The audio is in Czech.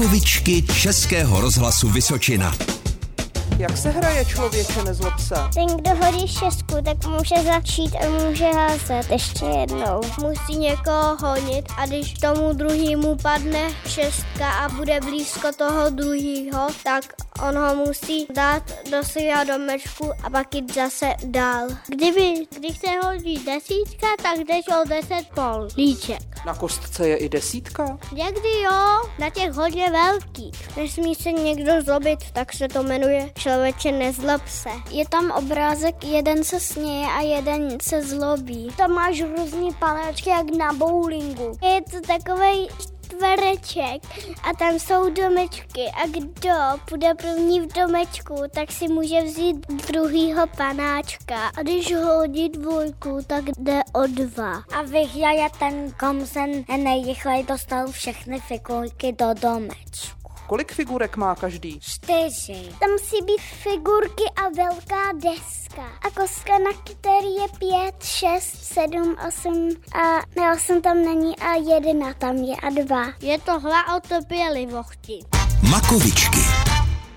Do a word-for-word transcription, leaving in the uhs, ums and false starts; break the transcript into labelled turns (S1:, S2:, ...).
S1: Makovičky Českého rozhlasu Vysočina.
S2: Jak se hraje Člověče nezlob se?
S3: Ten, kdo hodí šestku, tak může začít a může házet ještě jednou. Musí někoho honit a když tomu druhýmu padne šestka a bude blízko toho druhýho, tak on ho musí dát do svého domečku a pak jít zase dál. Kdyby, když se hodí desítka, tak jdeš o deset políček.
S2: Na kostce je i desítka?
S3: Někdy jo, na těch hodně velkých. Nesmí se někdo zlobit, tak se to jmenuje Člověče nezlob se. Je tam obrázek, jeden se směje a jeden se zlobí. Tam máš různý panáčky jak na bowlingu. Je to takovej čtvereček a tam jsou domečky a kdo půjde první v domečku, tak si může vzít druhýho panáčka a když hodí dvojku, tak jde o dva. A vyhraje ten, komu se nejrychleji dostal všechny figurky do domečku.
S2: Kolik figurek má každý?
S3: Čtyři. Tam musí být figurky a velká deska. A kostka, na který je pět, šest, sedm, osm a ne, osm tam není a jedna tam je a dva. Je to hra o trpělivosti.
S1: Makovičky.